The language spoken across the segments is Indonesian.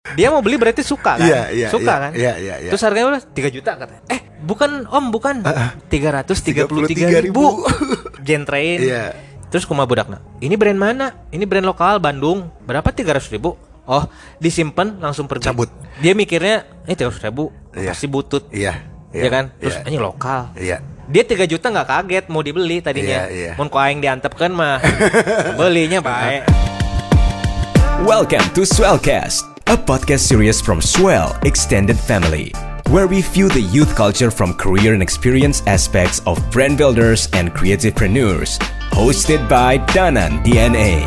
Dia mau beli berarti suka kan? Suka kan? Iya. Terus harganya udah 3 juta katanya. Bukan om, bukan. 333.000. Gentrain. Iya. Terus kuma budakna, ini brand mana? Ini brand lokal Bandung. Berapa? 300.000. Oh, disimpan langsung pergi. Cabut. Dia mikirnya, ini 300.000 pasti butut. Iya. Ya kan? Terus ini lokal. Iya. Dia 3 juta nggak kaget mau dibeli tadinya. Iya. Mun ku aing diantepkeun mah belinya bae. Welcome to Swellcast, a podcast series from Swell Extended Family, where we view the youth culture from career and experience aspects of brand builders and creativepreneurs. Hosted by Danan DNA.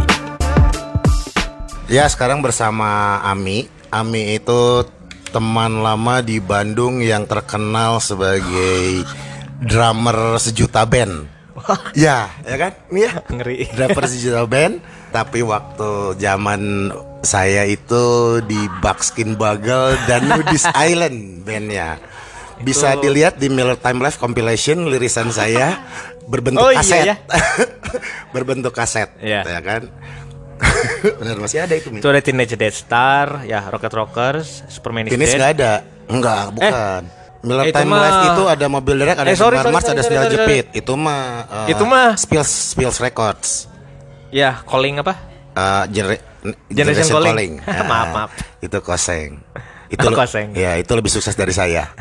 Ya, sekarang bersama Ami. Ami itu teman lama di Bandung yang terkenal sebagai drummer sejuta band. Ya kan? Ya. Ngeri. Drummer sejuta band. Tapi waktu zaman saya itu di Buckskin Bagel dan Nudist Island bandnya. Bisa dilihat di Miller Time Life compilation lirisan saya berbentuk kaset. Iya. Berbentuk kaset, ya kan? Benar, masih ada itu. Itu ada Teenage Death Star, ya Rocket Rockers, Superman is Dead. Teenage nggak ada, bukan. Miller Time Life itu ada mobil derek, ada Mars, ada sendal jepit. Itu mah Spills Records. Ya, Calling apa? Generation Calling. Maaf. Itu Koseng. Koseng. Ya, itu lebih sukses dari saya.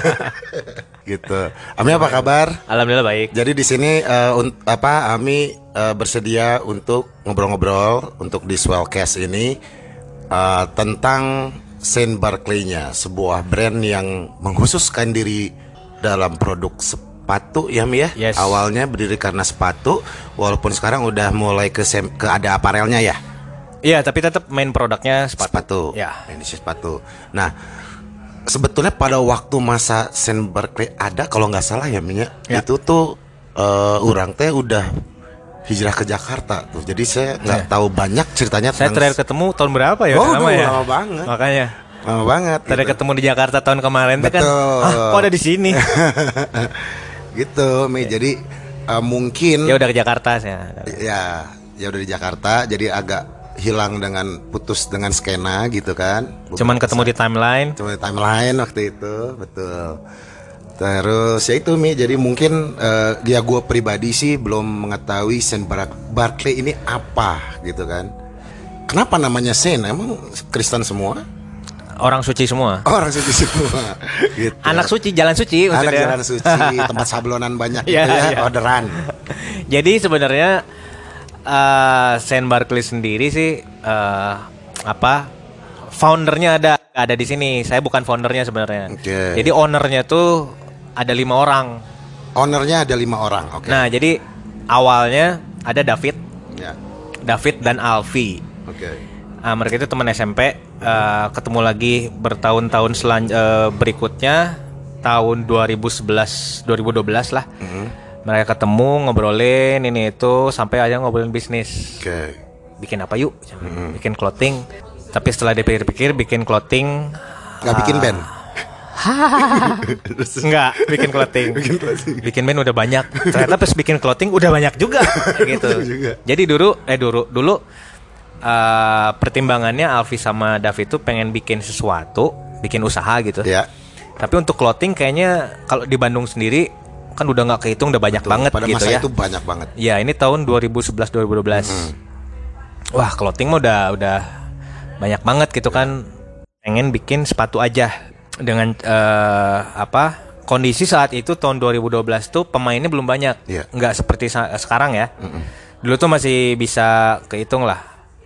Gitu. Ami apa kabar? Alhamdulillah baik. Jadi di sini Ami bersedia untuk ngobrol-ngobrol untuk di Swellcast ini tentang Saint Barkley-nya, sebuah brand yang mengkhususkan diri dalam produk sepatu ya Mi ya. Yes. Awalnya berdiri karena sepatu, walaupun sekarang udah mulai ke ada aparelnya ya. Iya, tapi tetap main produknya Sepatu. Ya. Ini sepatu. Nah, sebetulnya pada waktu masa Saint Barkley ada, kalau nggak salah ya Mi ya, itu tuh orang teh udah hijrah ke Jakarta tuh. Jadi saya nggak tahu banyak ceritanya. Saya terakhir ketemu tahun berapa ya? Lama banget. Makanya. Lama banget. Terakhir ketemu di Jakarta tahun kemarin tuh kan. Kok ada di sini? Gitu, Mi. Jadi mungkin ya udah ke Jakarta saya. Ya udah di Jakarta. Jadi agak hilang putus dengan skena gitu kan. Cuman ketemu di timeline. Cuma di timeline waktu itu, betul. Terus ya itu Mi, jadi mungkin ya gue pribadi sih belum mengetahui Saint Barkley ini apa gitu kan. Kenapa namanya Saint? Emang Kristen semua? Orang suci semua. Orang suci semua gitu. Anak suci, jalan suci maksudnya. Anak jalan suci, tempat sablonan banyak gitu ya. Orderan. Jadi sebenarnya Saint Barkley sendiri sih foundernya ada di sini. Saya bukan foundernya sebenarnya. Okay. Jadi ownernya tuh ada 5 orang. Ownernya ada 5 orang. Okay. Nah, jadi awalnya ada David. Ya. David dan Alfie. Oke. Mereka itu teman SMP, ketemu lagi bertahun-tahun berikutnya tahun 2011, 2012 lah. Mereka ketemu ngobrolin ini itu sampai aja ngobrolin bisnis. Oke. Bikin apa yuk? Bikin clothing. Tapi setelah dipikir-pikir bikin clothing nggak bikin band. Enggak, bikin clothing. Bikin band udah banyak. Ternyata pas bikin clothing udah banyak juga gitu. Jadi dulu pertimbangannya Alfi sama David tuh pengen bikin sesuatu, bikin usaha gitu. Ya. Tapi untuk clothing kayaknya kalau di Bandung sendiri kan udah nggak kehitung, udah banyak banget pada gitu masa ya. Itu banyak banget. Ya, ini tahun 2011-2012. Wah, clothing mah udah banyak banget gitu kan. Pengen bikin sepatu aja dengan kondisi saat itu tahun 2012 tuh pemainnya belum banyak. Nggak seperti sekarang ya. Dulu tuh masih bisa kehitung lah.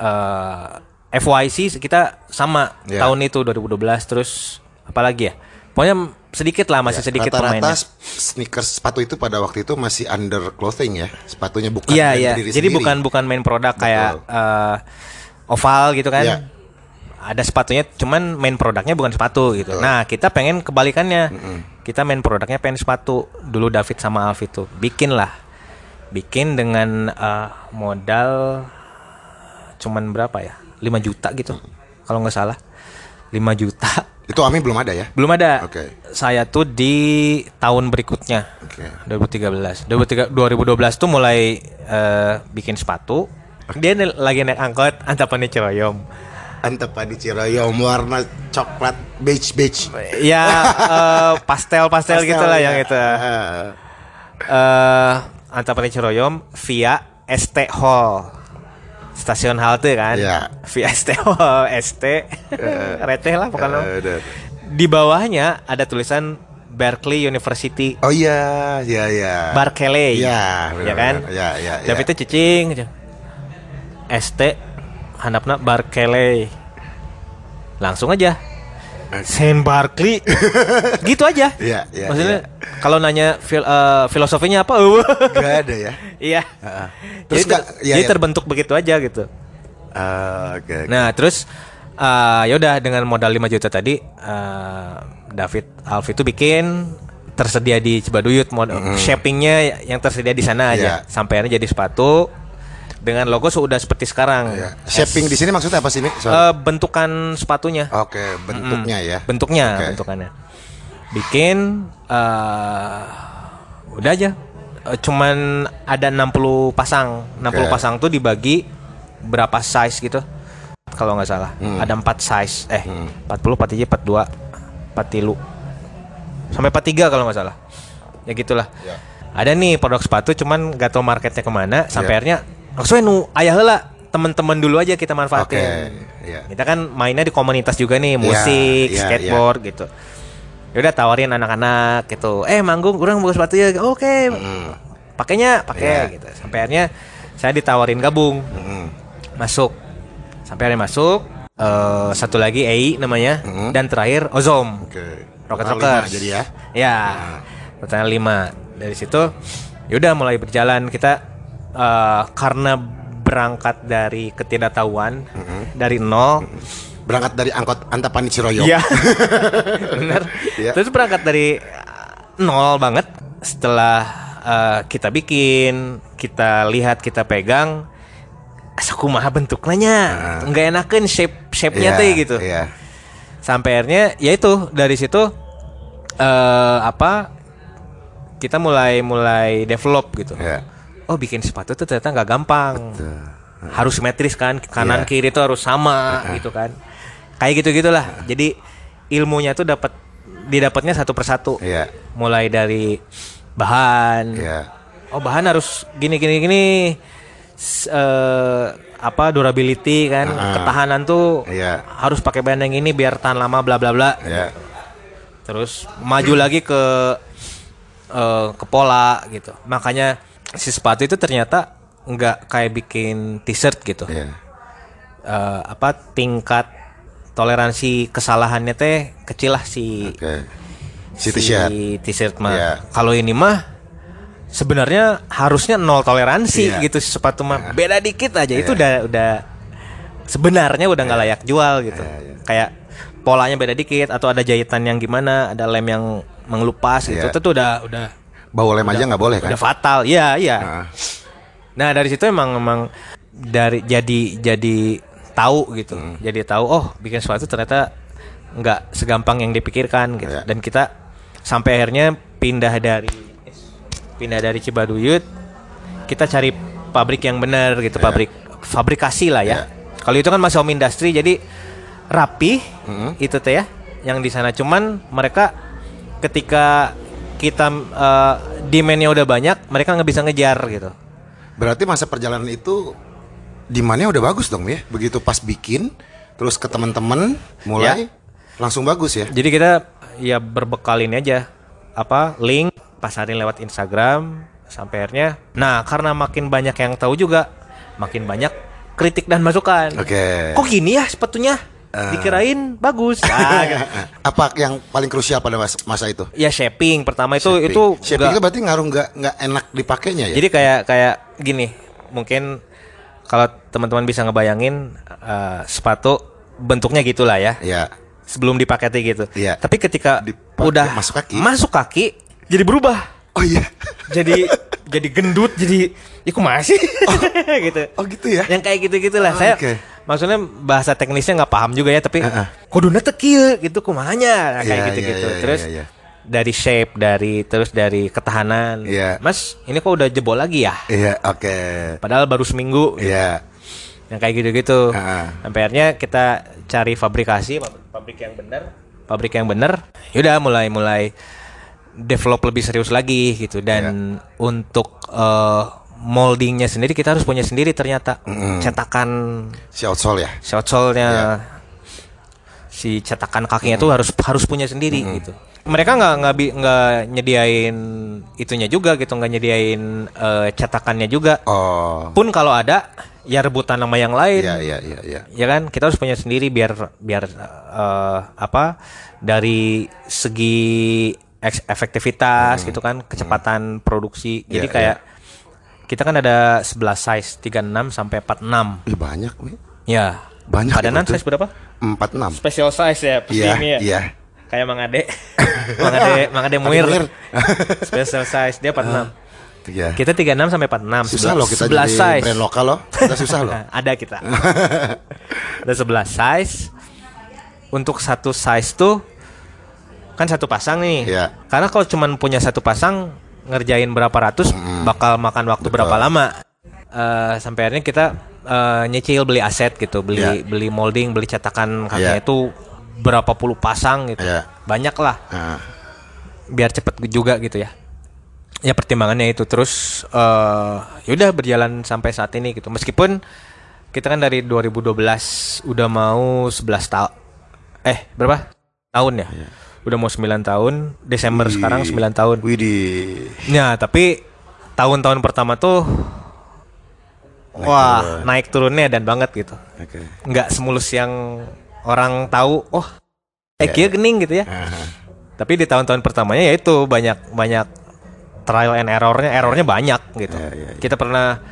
FYC kita sama tahun itu 2012, terus apalagi ya? Pokoknya sedikit lah, masih sedikit pemainnya. Rata-rata sneakers sepatu itu pada waktu itu masih under clothing ya, sepatunya bukan Iya. diri Jadi sendiri. bukan main produk kayak Oval gitu kan. Ada sepatunya, cuman main produknya bukan sepatu gitu. Nah, kita pengen kebalikannya. Kita main produknya pengen sepatu. Dulu David sama Alf itu bikin dengan modal cuman berapa ya? 5 juta gitu. Kalau nggak salah. 5 juta. Itu Ami belum ada ya? Belum ada. Okay. Saya tuh di tahun berikutnya. 2013. 2012 tuh mulai bikin sepatu. Dia lagi naik angkot, antapannya Ciroyom. Antapani Ciroyom warna coklat beige. Ya pastel gitulah yang itu. Antapani Ciroyom via ST Hall. Stasiun halte kan. Ya. Via ST Hall, ST receh lah pokoknya. Di bawahnya ada tulisan Berkeley University. Oh iya. Berkeley. Iya, ya kan? Iya. Tapi itu cicing. ST handapna Berkeley. Langsung aja. Saint Barkley. Gitu aja. Iya. Maksudnya kalau nanya filosofinya apa? Gak ada ya. Iya. Terus jadi terbentuk begitu aja gitu. Oke. Nah, terus ya udah dengan modal 5 juta tadi David Alf itu bikin tersedia di Cibaduyut shapingnya yang tersedia di sana aja. Sampai akhirnya jadi sepatu dengan logo sudah seperti sekarang. Shaping di sini maksudnya apa sih, Mik? Bentukan sepatunya. Oke, bentuknya ya. Bentukannya. Bikin udah aja. Cuman ada 60 pasang. 60 pasang tuh dibagi berapa size gitu. Kalau nggak salah. Ada 4 size. 40, 41, 42, 43. Sampai 43 kalau nggak salah. Ya gitulah. Ada nih produk sepatu cuman gak tau marketnya kemana. Sampai akhirnya maksudnya ayah heula teman-teman dulu aja kita manfaatin. Kita kan mainnya di komunitas juga nih, musik, skateboard gitu. Ya udah tawarin anak-anak gitu. Manggung kurang bagus sepatu ya. Oke. Pakai gitu. Sampai akhirnya saya ditawarin gabung. Masuk. Sampai akhirnya masuk. Satu lagi EI namanya dan terakhir Ozom. Rocket Rockers. Jadi ya. Ya. Total 5. Dari situ yaudah mulai berjalan kita karena berangkat dari ketidaktahuan dari nol. Berangkat dari angkot Antapani Ciroyom. Iya. Benar. Terus berangkat dari nol banget. Setelah kita bikin, kita lihat, kita pegang, sakumaha bentuknya, nggak enakan shape-nya teh gitu. Sampai akhirnya ya itu dari situ kita mulai develop gitu. Oh bikin sepatu tuh ternyata nggak gampang. Harus simetris kan, kanan kiri tuh harus sama gitu kan. Kayak gitu-gitulah. Jadi ilmunya tuh didapatnya satu persatu. Mulai dari bahan. Oh bahan harus gini. Durability kan, ketahanan tuh harus pakai bahan yang ini biar tahan lama bla bla bla. Terus maju lagi ke pola gitu. Makanya si sepatu itu ternyata nggak kayak bikin t-shirt gitu. Tingkat toleransi kesalahannya teh kecil lah si t-shirt mah. Kalau ini mah sebenarnya harusnya nol toleransi gitu si sepatu mah. Beda dikit aja itu udah sebenarnya udah nggak layak jual gitu. Kayak polanya beda dikit atau ada jahitan yang gimana, ada lem yang mengelupas gitu. Itu udah bawa lem aja nggak boleh kan? Udah fatal. Iya. Nah, dari situ emang dari jadi tahu gitu. Jadi tahu bikin sepatu ternyata nggak segampang yang dipikirkan gitu. Dan kita sampai akhirnya pindah dari Cibaduyut, kita cari pabrik yang benar gitu, fabrikasi lah ya. Kalau itu kan masih home industry, jadi rapi itu teh ya, yang di sana. Cuman mereka ketika kita demand-nya udah banyak, mereka nggak bisa ngejar gitu. Berarti masa perjalanan itu demand-nya udah bagus dong ya? Begitu pas bikin, terus ke teman-teman mulai langsung bagus ya? Jadi kita ya berbekal ini aja, link pasarin lewat Instagram sampai akhirnya. Nah, karena makin banyak yang tahu juga, makin banyak kritik dan masukan. Kok gini ya sepatunya? Dikirain bagus. Gitu. Apa yang paling krusial pada masa itu? Ya shaping pertama itu shaping itu berarti ngaruh nggak enak dipakainya ya? Jadi kayak gini, mungkin kalau teman-teman bisa ngebayangin sepatu bentuknya gitulah ya. Sebelum dipaketi gitu. Tapi ketika udah masuk kaki jadi berubah. Oh iya. jadi gendut, jadi iku masih gitu. Oh gitu ya. Yang kayak gitu-gitulah. Saya maksudnya bahasa teknisnya nggak paham juga ya, tapi kuduna tekil gitu kumanya kayak gitu-gitu. Terus dari shape, dari ketahanan. Mas, ini kok udah jebol lagi ya? Padahal baru seminggu. Yang kayak gitu-gitu. Sampai akhirnya kita cari pabrik yang benar. Yaudah mulai develop lebih serius lagi gitu. Dan untuk moldingnya sendiri kita harus punya sendiri ternyata. Cetakan Si outsole ya. Si outsole-nya si cetakan kakinya tuh harus punya sendiri gitu. Mereka nggak nyediain itunya juga gitu, nggak nyediain cetakannya juga. Pun kalau ada ya rebutan sama yang lain. Iya. Ya kan kita harus punya sendiri biar dari segi efektivitas gitu kan, kecepatan produksi. Jadi kayak kita kan ada 11 size 36 sampai 46. Banyak, Mi. Ya. Banyak. Padanan size berapa? 46. Special size ya pasti ini ya. Iya. Kayak Mang Ade. Mang Ade Muir. Special size dia 46. Kita 36 sampai 46. Susah loh kita 11 jadi size. brand lokal loh. Kita susah loh. Ada kita. Ada 11 size. Untuk satu size tuh kan satu pasang nih. Iya. Karena kalau cuman punya satu pasang ngerjain berapa ratus bakal makan waktu berapa lama. Sampai akhirnya kita nyicil beli aset gitu, beli molding, beli cetakan kakinya itu berapa puluh pasang gitu. Banyak lah. Biar cepet juga gitu ya. Ya pertimbangannya itu terus yaudah berjalan sampai saat ini gitu. Meskipun kita kan dari 2012 udah mau 11 tahun. Berapa? Tahun ya? Udah mau 9 tahun. Desember sekarang 9 tahun. Widih. Nah, tapi tahun-tahun pertama tuh naik turunnya dan banget gitu. Nggak semulus yang orang tahu. Kia gening gitu ya. Tapi di tahun-tahun pertamanya ya itu banyak trial and errornya banyak gitu. Kita pernah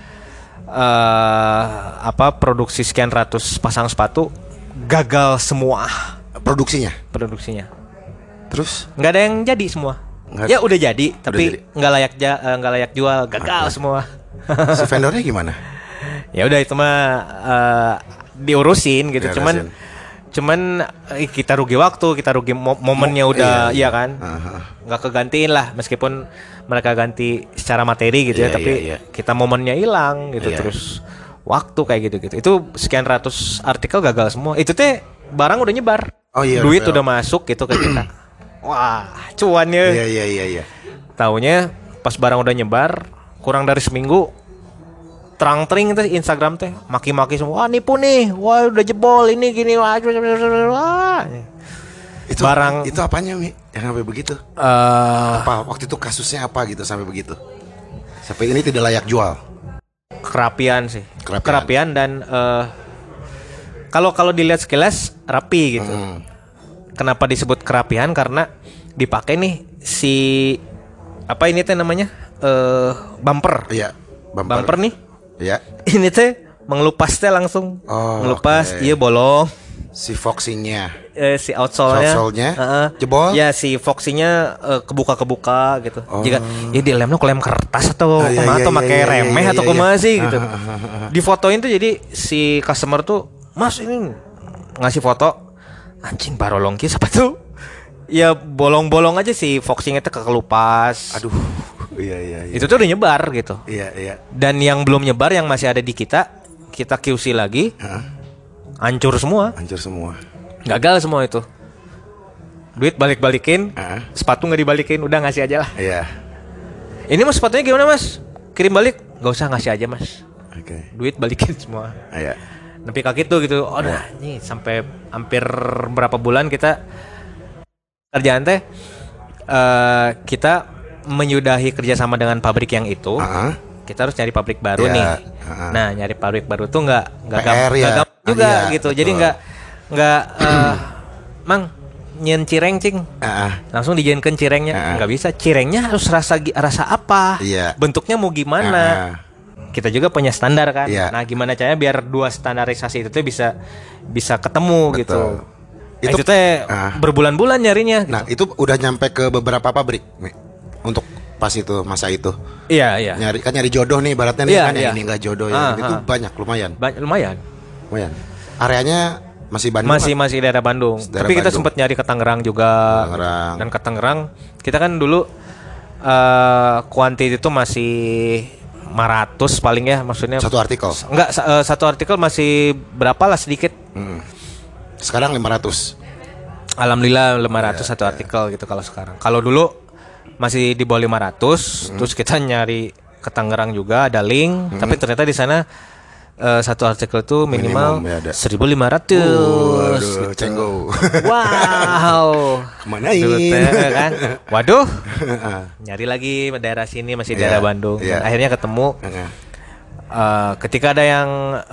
produksi sekian ratus pasang sepatu gagal semua Produksinya. Terus nggak ada yang jadi semua. Ya udah jadi tapi nggak layak jual, gagal semua. Si vendornya gimana? Ya udah itu mah diurusin gitu. Cuman kita rugi waktu, kita rugi momennya udah iya kan. Nggak kegantiin lah meskipun mereka ganti secara materi gitu tapi kita momennya hilang gitu. Terus waktu kayak gitu. Itu sekian ratus artikel gagal semua. Itu teh barang udah nyebar. Duit udah masuk gitu ke kita. Wah, cuannya. Iya. Taunya pas barang udah nyebar, kurang dari seminggu terang-tering itu Instagram teh maki-maki semua. Wah, nipu nih. Wah, udah jebol ini gini. Wah. Itu barang itu apanya, Mi? Yang sampai begitu? Apa waktu itu kasusnya apa gitu sampai begitu? Sampai ini tidak layak jual. Kerapian sih. Kerapian dan kalau dilihat sekilas rapi gitu. Kenapa disebut kerapian? Karena dipakai nih si apa ini teh namanya bumper. Iya, bumper nih. Iya. Ini teh mengelupas teh langsung. Ngelupas, iya bolong. Si foxing-nya. Si outsole-nya jebol. Ya si foxing-nya kebuka gitu. Jika ya di lemnya lem kertas atau atau pakai remeh atau kumaha sih gitu. Difotoin tuh jadi si customer tuh, "Mas ini ngasih foto anjing barolong kieu siapa tuh?" Ya bolong-bolong aja si foxing itu kekelupas. Aduh. Iya. Itu tuh udah nyebar gitu. Iya. Dan yang belum nyebar yang masih ada di kita QC lagi. Hancur semua. Gagal semua itu. Duit balik-balikin, sepatu nggak dibalikin, udah ngasih aja lah. Iya. Ini mas sepatunya gimana mas? Kirim balik? Gak usah, ngasih aja mas. Duit balikin semua. Iya. Nepi kaki tuh gitu. Nah ini sampai hampir berapa bulan kita kerjaan teh kita menyudahi kerjasama dengan pabrik yang itu. Kita harus nyari pabrik baru nih. Nah nyari pabrik baru tuh nggak gampang juga gitu. Betul. Jadi nggak mang nyen cireng cing langsung dijadikan cirengnya nggak bisa. Cirengnya harus rasa apa? Bentuknya mau gimana? Kita juga punya standar kan. Nah gimana caranya biar dua standarisasi itu tuh bisa ketemu. Betul. Gitu. Itu teh berbulan-bulan nyarinya. Nah gitu. Itu udah nyampe ke beberapa pabrik untuk pas itu masa itu. Iya. Nyari jodoh nih baratnya nih kan. Ini nggak jodoh ya. Itu banyak lumayan. Areanya masih Bandung. Masih daerah Bandung. Tapi kita sempat nyari ke Tangerang juga. Dan ke Tangerang kita kan dulu kuantitas itu 500 paling ya, maksudnya satu artikel. Enggak, satu artikel masih berapa lah, sedikit. Sekarang 500. Alhamdulillah 500 satu artikel gitu kalau sekarang. Kalau dulu masih di bawah 500, terus kita nyari ke Tangerang juga ada link, tapi ternyata di sana satu artikel itu minimal 1.500. Waduh, cenggo. Wow. Kemanain? Dulu kan. Waduh. Nyari lagi daerah sini, masih daerah Bandung. Dan akhirnya ketemu. Ketika ada yang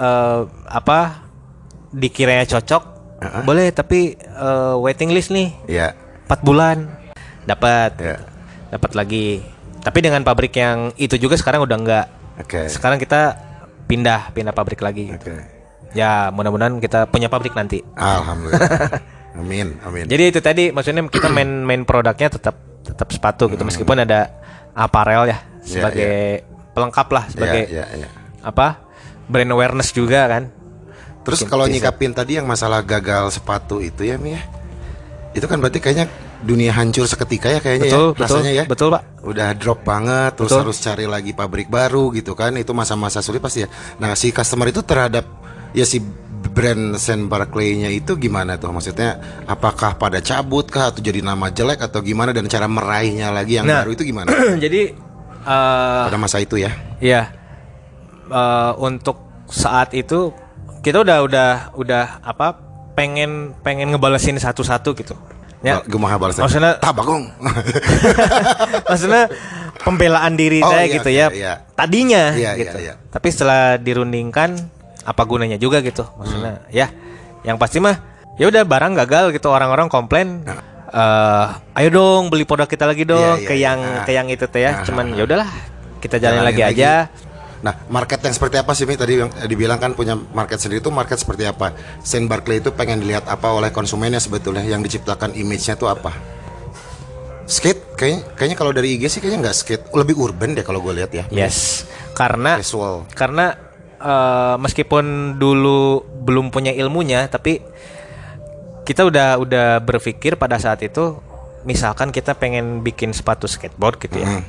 dikiranya cocok, boleh, tapi waiting list nih. 4 bulan dapat. Dapat lagi. Tapi dengan pabrik yang itu juga sekarang udah enggak. Sekarang kita pindah pabrik lagi gitu. Ya mudah-mudahan kita punya pabrik nanti. Alhamdulillah. Amin. Jadi itu tadi maksudnya kita main produknya tetap sepatu gitu, meskipun ada apparel ya sebagai pelengkap lah, sebagai brand awareness juga kan. Terus kalau nyikapin tadi yang masalah gagal sepatu itu ya Mi ya, itu kan berarti kayaknya dunia hancur seketika ya kayaknya. Betul, rasanya ya. Betul Pak. Udah drop banget, terus harus cari lagi pabrik baru gitu kan. Itu masa-masa sulit pasti ya. Nah si customer itu terhadap ya si brand Saint Barkley-nya itu gimana tuh? Maksudnya apakah pada cabut kah atau jadi nama jelek atau gimana, dan cara meraihnya lagi yang baru itu gimana? Jadi pada masa itu ya. Iya. Untuk saat itu kita udah pengen ngebalesin satu-satu gitu. Ya, Gumaha balasnya. Maksudnya tabagong. Maksudnya pembelaan diri saya gitu ya. Tadinya gitu. Tapi setelah dirundingkan, apa gunanya juga gitu. Maksudnya ya, yang pasti mah ya udah barang gagal gitu, orang-orang komplain. Ayo dong beli produk kita lagi dong ke yang itu teh ya. Cuman ya udahlah, kita jalanin lagi aja. Nah, market yang seperti apa sih Mi? Tadi yang dibilang kan punya market sendiri, itu market seperti apa? Saint Barkley itu pengen dilihat apa oleh konsumennya sebetulnya, yang diciptakan image-nya itu apa? Skate kayaknya kalau dari IG sih kayaknya nggak skate, lebih urban deh kalau gue lihat ya. Yes, karena casual. Karena meskipun dulu belum punya ilmunya, tapi kita udah berpikir pada saat itu, misalkan kita pengen bikin sepatu skateboard gitu ya.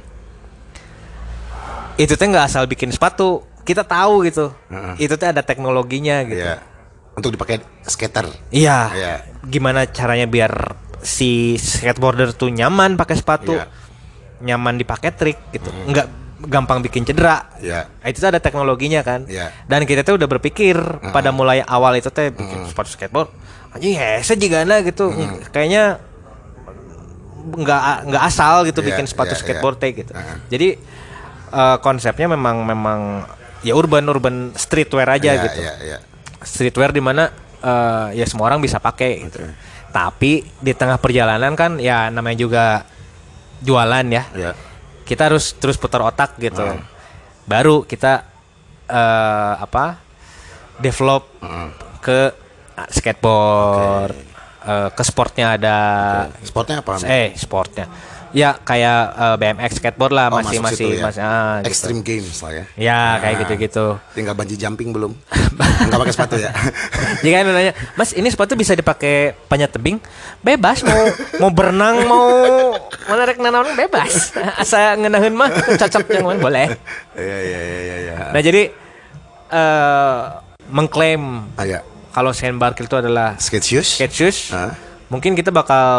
Itu teh nggak asal bikin sepatu, kita tahu gitu. Itu teh ada teknologinya gitu. Untuk dipakai skater. Iya. Gimana caranya biar si skateboarder tuh nyaman pakai sepatu, nyaman dipakai trik gitu, nggak gampang bikin cedera. Itu tuh ada teknologinya kan. Dan kita tuh udah berpikir pada mulai awal itu teh bikin sepatu skateboard, anjing hese jigana gitu. Kayaknya nggak asal gitu bikin sepatu skateboard teh gitu. Jadi konsepnya memang ya urban streetwear aja gitu. Streetwear di mana ya semua orang bisa pakai gitu. Tapi di tengah perjalanan kan ya namanya juga jualan ya. Kita harus terus putar otak gitu. Baru kita develop ke skateboard, ke sportnya ada. Sportnya apa? Sportnya. Ya kayak BMX skateboard lah, masih Extreme Games lah ya. Ya kayak gitu-gitu. Tinggal bungee jumping belum. Enggak pakai sepatu ya. Jika kan nanya, "Mas, ini sepatu bisa dipakai panjat tebing?" Bebas, mau berenang, mau menarik nanaon bebas. Asa ngeunaheun mah cocok yang mana boleh. Iya. Nah, jadi mengklaim kalau Saint Barkley itu adalah skate shoes. Mungkin kita bakal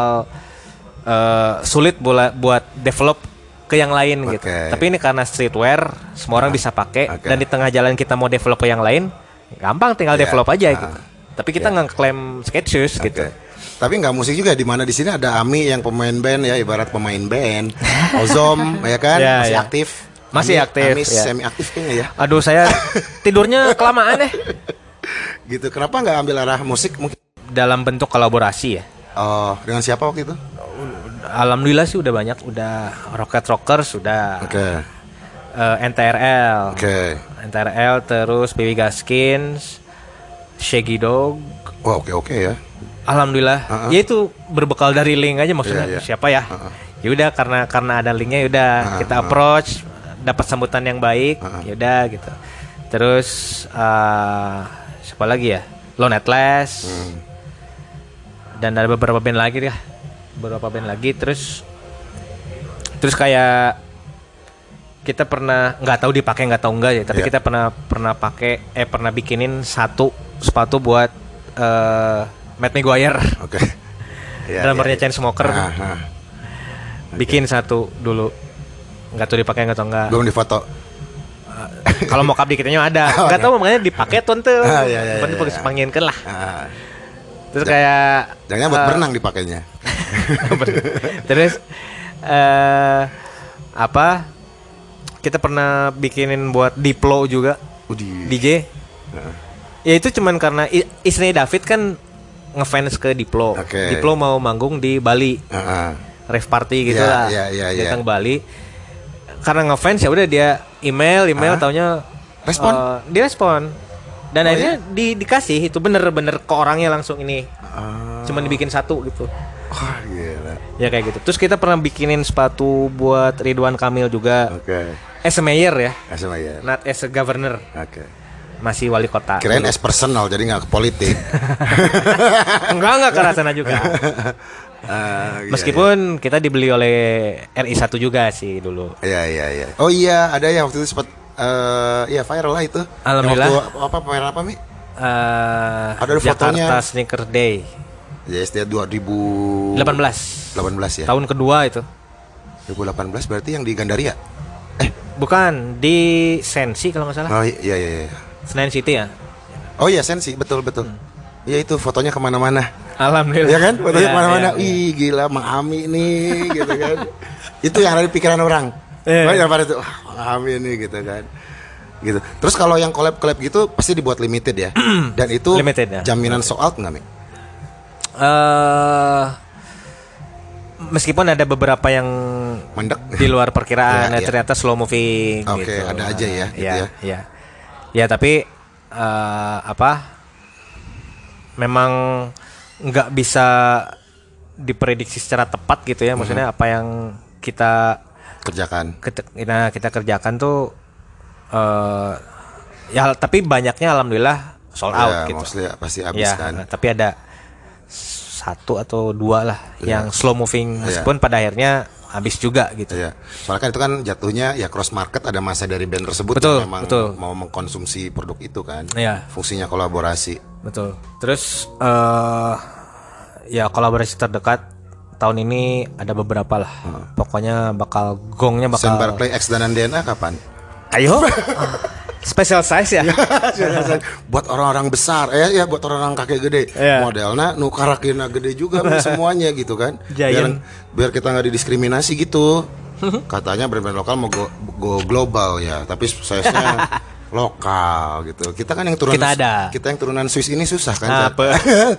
sulit buat develop ke yang lain gitu. Tapi ini karena streetwear, semua orang bisa pakai, dan di tengah jalan kita mau develop ke yang lain, gampang tinggal develop aja gitu. Tapi kita nggak klaim skate shoes gitu. Tapi nggak musik juga, di mana di sini ada Ami yang pemain band ya, ibarat pemain band. Ozom ya kan masih aktif. Masih aktif. Ami semi aktif kayaknya ya. Aduh, saya tidurnya kelamaan deh. Gitu. Kenapa nggak ambil arah musik mungkin? Dalam bentuk kolaborasi ya. Oh, dengan siapa waktu itu? Alhamdulillah sih udah banyak, udah Rocket Rockers sudah. NTRL. NTRL, terus Baby Gaskins, Shaggy Dog. Oh, oke ya. Alhamdulillah. Ya itu berbekal dari link aja maksudnya. Siapa ya? Ya udah karena ada linknya, udah kita approach, dapat sambutan yang baik. Ya udah gitu. Terus siapa lagi ya? Lone Atlas. Dan ada beberapa band lagi terus kayak kita pernah nggak tahu dipakai nggak tahu enggak ya, tapi Iya. kita pernah pakai pernah bikinin satu sepatu buat Matt Maguire. Oke. Ya, Drummernya Chainsmoker. Bikin satu dulu. Nggak tahu dipakai nggak tahu enggak. Belum difoto. Kalau mockup dikitnya ada. Nggak tahu makanya dipakai tuh ente. Iya. Panggilkan lah. Ah. Terus kayak Jangan buat berenang dipakainya. terus apa? Kita pernah bikinin buat Diplo juga. DJ. Ya itu cuman karena istrinya David kan ngefans ke Diplo. Oke. Diplo mau manggung di Bali. Rave party gitu lah. Iya. Datang Bali. Karena ngefans ya udah dia email taunya Respon? Dia respon. Dan akhirnya dikasih itu bener-bener ke orangnya langsung ini. Cuman dibikin satu gitu. Wah, gila. Ya kayak gitu. Terus kita pernah bikinin sepatu buat Ridwan Kamil juga. Oke. As a mayor ya. Asma ya. Not as a governor. Oke. Masih wali kota. Kirain as personal jadi nggak ke politik. Enggak ke sana juga. Meskipun kita dibeli oleh RI1 juga sih dulu. Iya. Oh iya, ada ya waktu itu sempat ya viral lah itu. Alhamdulillah. Yang waktu apa pameran apa Mi? Ada fotonya. Jakarta Sneaker Day. Yes, dia 2018 18 ya. tahun kedua itu. 2018 berarti yang di Gandaria. Bukan di Sensi kalau nggak salah. Oh iya. Senayan City ya. Oh iya Sensi, betul. Iya itu fotonya kemana-mana. Alhamdulillah. Iya kan? Fotonya Iya, kemana-mana. iya. Ih gila Mang Ami nih gitu kan. Itu yang ada di pikiran orang. Banyak pada itu, Mang Ami nih gitu kan. Gitu. Terus kalau yang collab gitu pasti dibuat limited ya. Dan itu Limited, ya. jaminan sold out nggak Mi? Meskipun ada beberapa yang Mendek. di luar perkiraan, Iya. ternyata slow moving. Oke, gitu. ada aja ya, gitu ya. Iya. Ya tapi memang nggak bisa diprediksi secara tepat gitu ya. Maksudnya apa yang kita Kerjakan. kita kerjakan tuh ya tapi banyaknya alhamdulillah sold out Ya, gitu. mostly pasti habis Ya, kan. tapi ada satu atau dua lah yang slow moving meskipun pada akhirnya habis juga gitu. Iya. Soalnya kan itu kan jatuhnya ya cross market, ada masa dari band tersebut Betul, yang memang betul. mau mengkonsumsi produk itu kan. Iya. Fungsinya kolaborasi. Betul. Terus ya kolaborasi terdekat tahun ini ada beberapa lah. Pokoknya gongnya Sam bakal Barkley X dan DNA kapan? ayo. Special size ya. Buat orang-orang besar, ya buat orang-orang kakek gede. Iya. Modelnya nu karakternya gede juga semuanya gitu kan. Giant. Biar kita nggak didiskriminasi gitu. Katanya brand-brand lokal mau go global ya, tapi size-nya lokal gitu. Kita kan yang turunan kita yang turunan Swiss ini susah kan. Apa?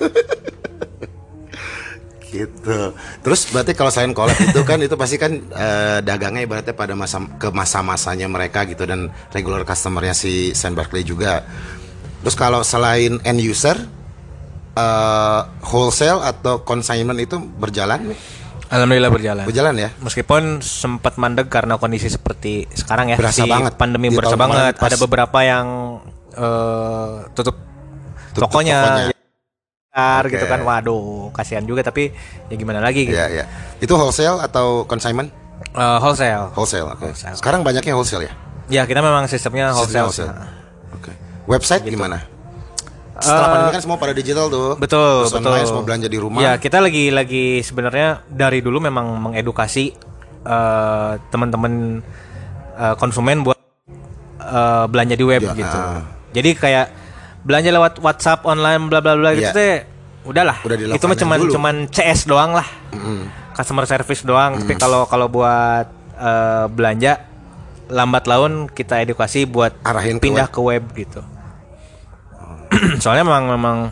Gitu. Terus berarti kalau selain collab itu kan itu pasti kan dagangnya ibaratnya pada masa-masanya mereka gitu, dan regular customernya si Sam Barkley juga. Terus kalau selain end user, wholesale atau consignment itu berjalan? Alhamdulillah berjalan. Berjalan ya. Meskipun sempat mandek karena kondisi seperti sekarang ya. Berasa banget. Pandemi Di berasa tahun banget. kemarin Ada beberapa yang tutup tokonya. Oke. Gitu kan, waduh kasihan juga, tapi ya gimana lagi gitu. Iya. Itu wholesale atau consignment? Wholesale. Wholesale. Oke. Wholesale. Sekarang banyaknya wholesale ya. Ya kita memang sistemnya wholesale. Oke. Website gimana? Setelah pandemi kan semua pada digital tuh. Betul, Terus online semua belanja di rumah. Ya kita lagi sebenarnya dari dulu memang mengedukasi teman-teman konsumen buat belanja di web gitu. Jadi kayak belanja lewat WhatsApp online bla bla bla gitu teh udahlah. Udah Itu mah cuman CS doang lah. Customer service doang. Tapi kalau buat belanja lambat laun kita edukasi buat Arahin pindah ke web gitu. Soalnya memang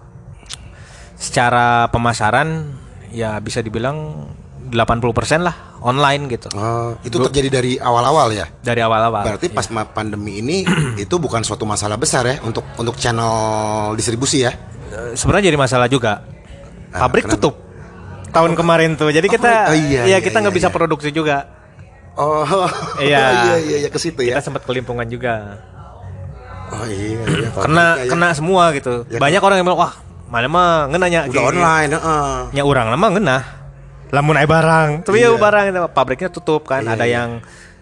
secara pemasaran ya bisa dibilang 80% lah online gitu. Itu terjadi dari awal-awal ya. Dari awal-awal. Berarti pas pandemi ini itu bukan suatu masalah besar ya untuk channel distribusi ya. Sebenarnya jadi masalah juga. Pabrik kenapa? tutup tahun kemarin tuh. Jadi kita kita nggak bisa iya. produksi juga. Iya ke situ ya. Kita sempat kelimpungan juga. Oh iya. Kena semua gitu. Ya, banyak orang yang bilang wah mana mah ngenanya udah online. nya urang lama ngenah. Lamun aya barang. Tapi ya barang itu pabriknya tutup kan. Iya, Ada yang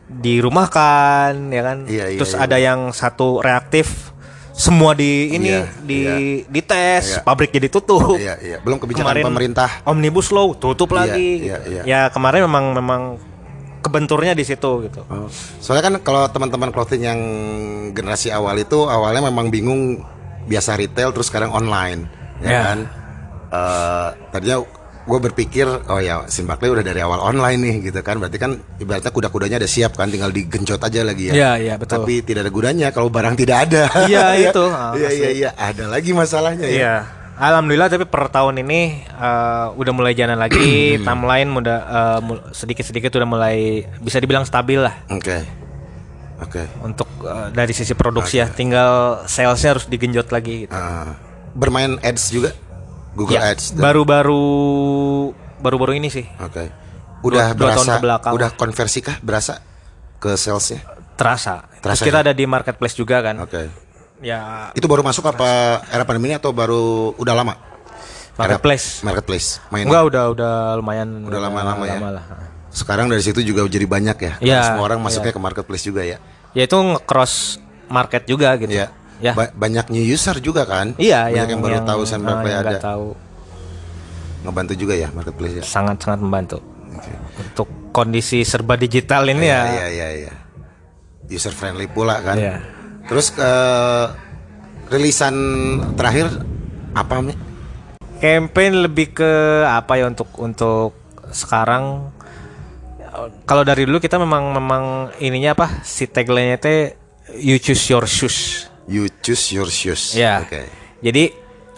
dirumahkan ya kan. Terus ada yang satu reaktif semua di ini dites, pabrik jadi tutup. Belum kebijakan kemarin pemerintah Omnibus Law tutup lagi. Ya kemarin memang kebenturnya di situ gitu. Soalnya kan kalau teman-teman clothing yang generasi awal itu awalnya memang bingung, biasa retail terus sekarang online, ya kan. Tadinya gue berpikir Sin Barkley udah dari awal online nih gitu kan, berarti kan ibaratnya kuda-kudanya ada siap kan, tinggal digenjot aja lagi ya. Iya betul. Tapi tidak ada gunanya kalau barang tidak ada. Iya itu. Iya ada lagi masalahnya ya. Iya. Alhamdulillah tapi per tahun ini udah mulai jalan lagi, timeline udah sedikit-sedikit udah mulai bisa dibilang stabil lah. Oke. Untuk dari sisi produksi ya, tinggal salesnya harus digenjot lagi gitu. Bermain ads juga? Google Ads. Baru ini sih. Udah dua berasa, tahun kebelakang. Udah konversi kah berasa ke salesnya? Terasa. Terus kita ada di marketplace juga kan. Ya. Itu baru masuk apa era pandemi ini atau baru udah lama? Marketplace. Mainnya. Enggak, udah lumayan. Udah lama-lama ya. Sekarang dari situ juga jadi banyak ya. Semua orang masuknya ke marketplace juga ya. Ya itu nge-cross market juga gitu. Ya. Banyak new user juga kan? Iya, banyak yang baru tahu Sin Barkley ada. Tahu. Ngebantu juga ya marketplace ya. Sangat membantu. Untuk kondisi serba digital ini ya. Iya. User friendly pula kan. Iya. Terus rilisan terakhir apa Mi? Campaign lebih ke apa ya untuk sekarang. Kalau dari dulu kita memang ininya apa? Si tagline-nya teh you choose your shoes. You choose your shoes. Ya. Jadi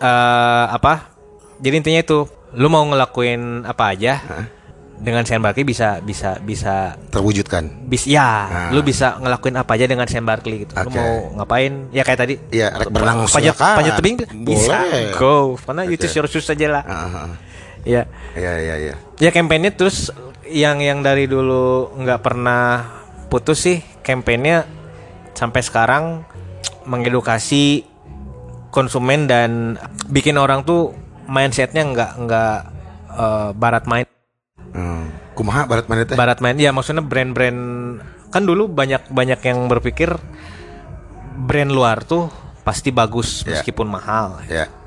Jadi intinya itu, lu mau ngelakuin apa aja dengan Sin Barkley bisa terwujudkan. Lu bisa ngelakuin apa aja dengan Sin Barkley gitu. Lu mau ngapain? Ya kayak tadi. Iya, berenang panjat tebing bisa. Go. Karena you choose your shoes aja lah. Iya. Ya kampanye terus yang dari dulu nggak pernah putus sih kampanye sampai sekarang, mengedukasi konsumen dan bikin orang tuh mindsetnya nggak barat main. Kumaha barat main teh? Barat main ya, maksudnya brand-brand kan dulu banyak yang berpikir brand luar tuh pasti bagus meskipun mahal.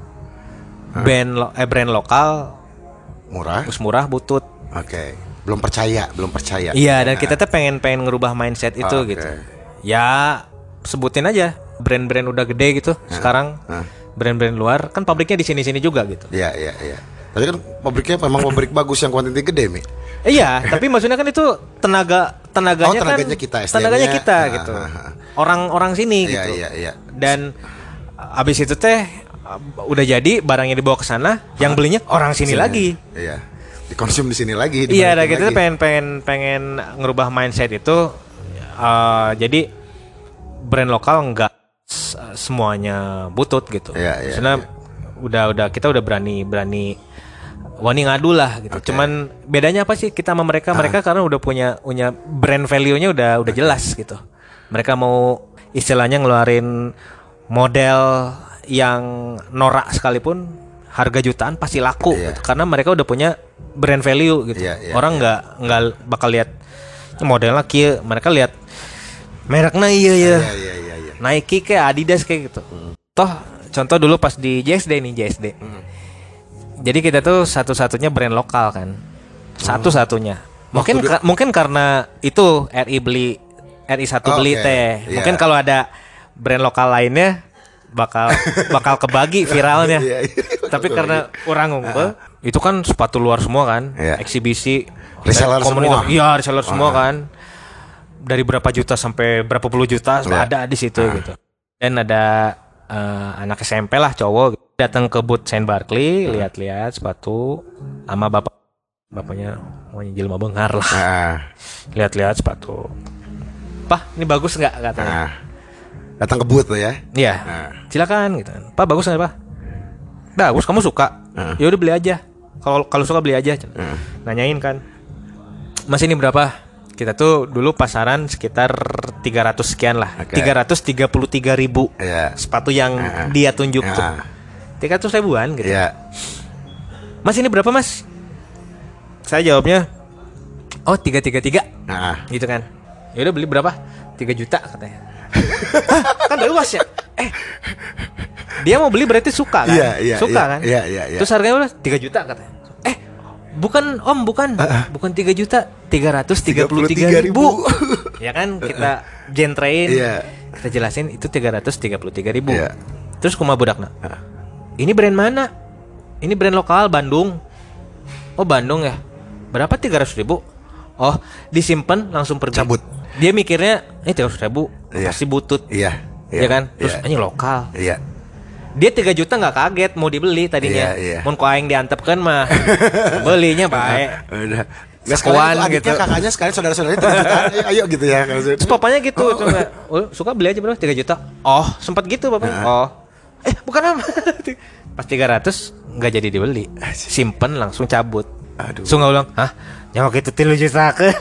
Brand lokal murah butut. Belum percaya. Iya, dan kita tuh pengen ngerubah mindset itu gitu. Ya sebutin aja brand-brand udah gede gitu sekarang. Brand-brand luar kan pabriknya di sini juga gitu. Iya. Tapi kan pabriknya memang pabrik bagus yang kuantiti gede, Mi. Iya, tapi maksudnya kan itu tenaganya kan tenaganya kita gitu. Orang sini gitu. Iya. Dan abis itu teh udah jadi barangnya dibawa ke sana, yang belinya orang sini lagi. Iya. Dikonsum di sini lagi. Iya, dan kita pengen ngerubah mindset itu. Jadi brand lokal enggak semuanya butut gitu. Maksudnya udah kita udah berani wani ngadu lah gitu. Cuman bedanya apa sih kita sama mereka? Mereka karena udah punya brand value-nya udah jelas gitu. Mereka mau istilahnya ngeluarin model yang norak sekalipun harga jutaan pasti laku gitu. Karena mereka udah punya brand value gitu. Orang nggak bakal lihat modelnya kieu, mereka lihat mereknya iya. Nike kayak Adidas kayak gitu. Toh contoh dulu pas di JSD. Jadi kita tuh satu-satunya brand lokal kan. Satu-satunya. Mungkin karena itu RI satu beli teh. Mungkin kalau ada brand lokal lainnya bakal kebagi viralnya. Tapi karena orang ngumpul, itu kan sepatu luar semua kan. Eksibisi reseller semua. Iya, reseller semua kan. Dari berapa juta sampai berapa puluh juta ada di situ gitu. Dan ada anak SMP lah cowok datang ke booth Sin Barkley, lihat-lihat sepatu sama bapaknya mau jelma bengar lah. Lihat-lihat sepatu. Pak, ini bagus nggak katanya? Datang ke booth tuh ya? Iya. Silakan gitu. Pak, bagus nggak Pak? Bagus, kamu suka? Ya udah beli aja. Kalau suka beli aja. Nanyain kan. Mas ini berapa? Kita tuh dulu pasaran sekitar 300 sekian lah. 333.000 sepatu yang dia tunjuk tuh. 300 ribuan gitu. Mas ini berapa Mas? Saya jawabnya 333. Gitu kan. Ya udah beli berapa? 3 juta katanya. Kan luas ya. Dia mau beli berarti suka kan? Suka kan? Iya. Terus harganya udah 3 juta katanya. Bukan Om, bukan 3 juta, 333.000. Ya kan kita gentrein, kita jelasin itu 333.000. Terus kumaha budakna? Ini brand mana? Ini brand lokal Bandung. Oh Bandung ya. Berapa 300.000? Oh disimpan langsung pergi. Cabut. Dia mikirnya 300.000 pasti butut. Iya. Ya kan? Terus ini lokal. Iya. Dia 3 juta nggak kaget mau dibeli tadinya. Iya. Mun ku aing diantepkeun mah belinya bae. Udah. Sekuan gitu. Kakaknya sekalian saudara-saudaranya 3 juta. Ayo gitu ya. Terus papanya gitu coba. Suka beli aja berapa? 3 juta. Oh, sempat gitu papanya. Oh. Bukan apa. Pas 300 nggak jadi dibeli. Simpen langsung cabut. Aduh. Sungai ulang. Hah? Nyawa itu 3 juta ke.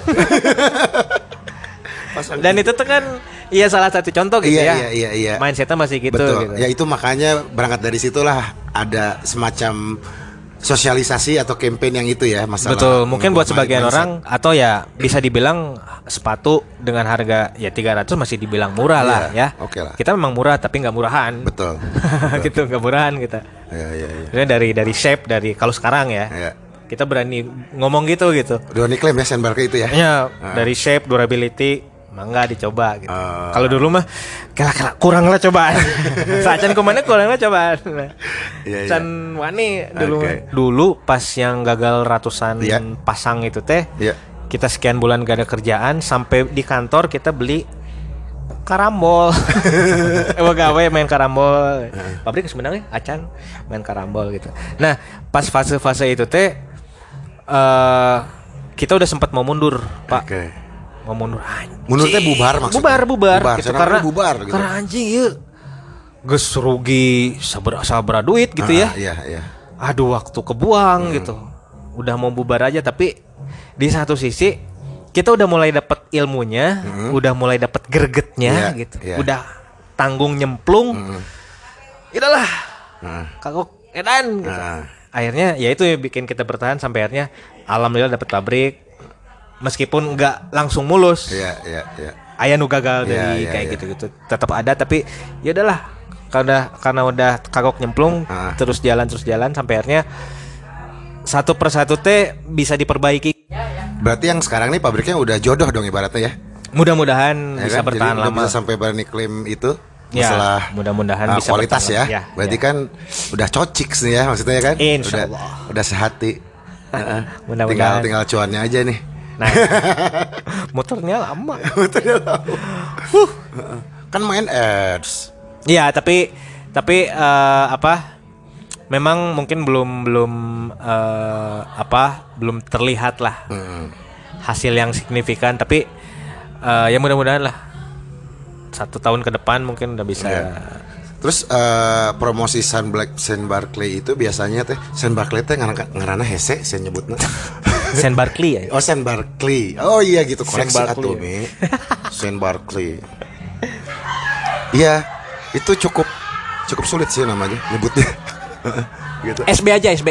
Dan itu tuh kan salah satu contoh gitu ya. Iya. Mindsetnya masih gitu. Betul. Gitu. Ya itu makanya berangkat dari situlah ada semacam sosialisasi atau campaign yang itu ya masalah. Betul. Mungkin buat sebagian orang atau ya bisa dibilang sepatu dengan harga 300 masih dibilang murah lah ya. Oke lah. Kita memang murah tapi nggak murahan. Betul. Gitu nggak murahan kita. Iya. Dari shape dari kalau sekarang ya. Iya. Kita berani ngomong gitu. Udah klaim ya Saint Barkley itu ya. Ya, dari shape, durability, mangga dicoba gitu. Kalau dulu mah kela kurang lah cobaan. Sacan kemana kurang lah cobaan. Can wani dulu. Dulu pas yang gagal ratusan pasang itu teh. Kita sekian bulan gak ada kerjaan sampai di kantor kita beli karambol. Gawe main karambol. Pabrik sebenarnya acan main karambol gitu. Nah, pas fase-fase itu teh kita udah sempat mau mundur, Pak. Mau mundur anjing. Mundurnya bubar maksudnya. Bubar gitu karena bubar gitu. Karena anjing ieu geus rugi sabaraha duit gitu ya. Iya. Aduh waktu kebuang gitu. Udah mau bubar aja tapi di satu sisi kita udah mulai dapat ilmunya, udah mulai dapat gregetnya gitu. Udah tanggung nyemplung. Idahlah. Kagok edan gitu. Akhirnya ya itu yang bikin kita bertahan sampai akhirnya alhamdulillah dapat pabrik. Meskipun nggak langsung mulus. Iya. Aya nu gagal dari kayak gitu-gitu. Tetap ada tapi ya udahlah. Karena udah kagok nyemplung terus jalan sampai akhirnya satu persatu teh bisa diperbaiki. Berarti yang sekarang nih pabriknya udah jodoh dong ibaratnya ya. Mudah-mudahan bisa kan? bertahan Jadi lama. Bisa sampai berani klaim itu. Masalah mudah-mudahan bisa kualitas ya. Berarti kan udah cocik sih ya maksudnya kan. Insyaallah. Udah sehati. Mudah-mudahan. Tinggal cuannya aja nih. Nah. Motornya lama. Kan main ads. Iya, tapi memang mungkin belum terlihat lah hasil yang signifikan, tapi ya mudah-mudahan lah 1 tahun ke depan mungkin udah bisa. Terus promosi Saint Barkley itu biasanya teh Saint Barkley teh ngarana hese saya nyebutnya. Saint Barkley ya. Oh Saint Barkley. Oh iya gitu koreksi atuh Mi. Saint Barkley. Iya, itu cukup sulit sih namanya nyebutnya. Gitu. SB aja SB.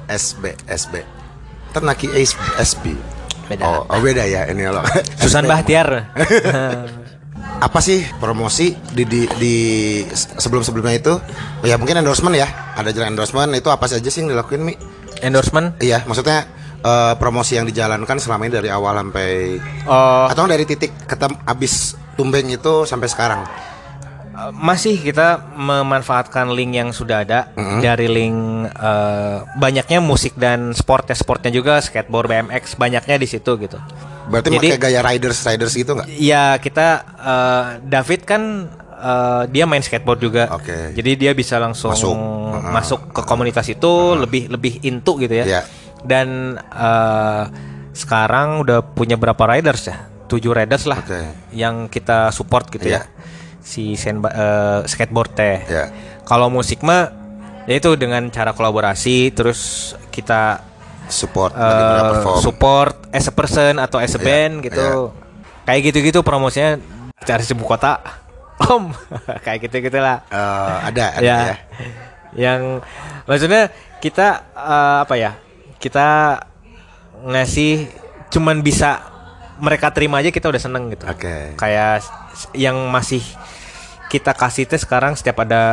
Ternaki SB. Beda. Oh beda ya ini loh. Susan Bahtiar. Apa sih promosi di sebelumnya itu? Oh ya mungkin endorsement ya. Ada jalan endorsement itu apa saja sih yang dilakuin Mi? Endorsement? Iya, maksudnya promosi yang dijalankan selama ini dari awal sampai atau dari titik abis tumbeng itu sampai sekarang. Masih kita memanfaatkan link yang sudah ada. Dari link banyaknya musik dan sportnya juga skateboard, BMX banyaknya di situ gitu. Berarti pakai gaya riders gitu nggak? Iya kita David kan dia main skateboard juga. Jadi dia bisa langsung masuk ke komunitas itu lebih into gitu ya. Dan sekarang udah punya berapa riders ya? 7 riders lah yang kita support gitu ya. Si skateboard teh. Kalau musik mah ya itu dengan cara kolaborasi terus kita support as a person atau as a band gitu. Kayak gitu-gitu promosinya cari ibu kota. Om kayak gitu-gitulah. Ada ya. Yang maksudnya kita kita ngasih cuman bisa mereka terima aja kita udah seneng gitu. Oke. Kayak yang masih kita kasih teh sekarang setiap ada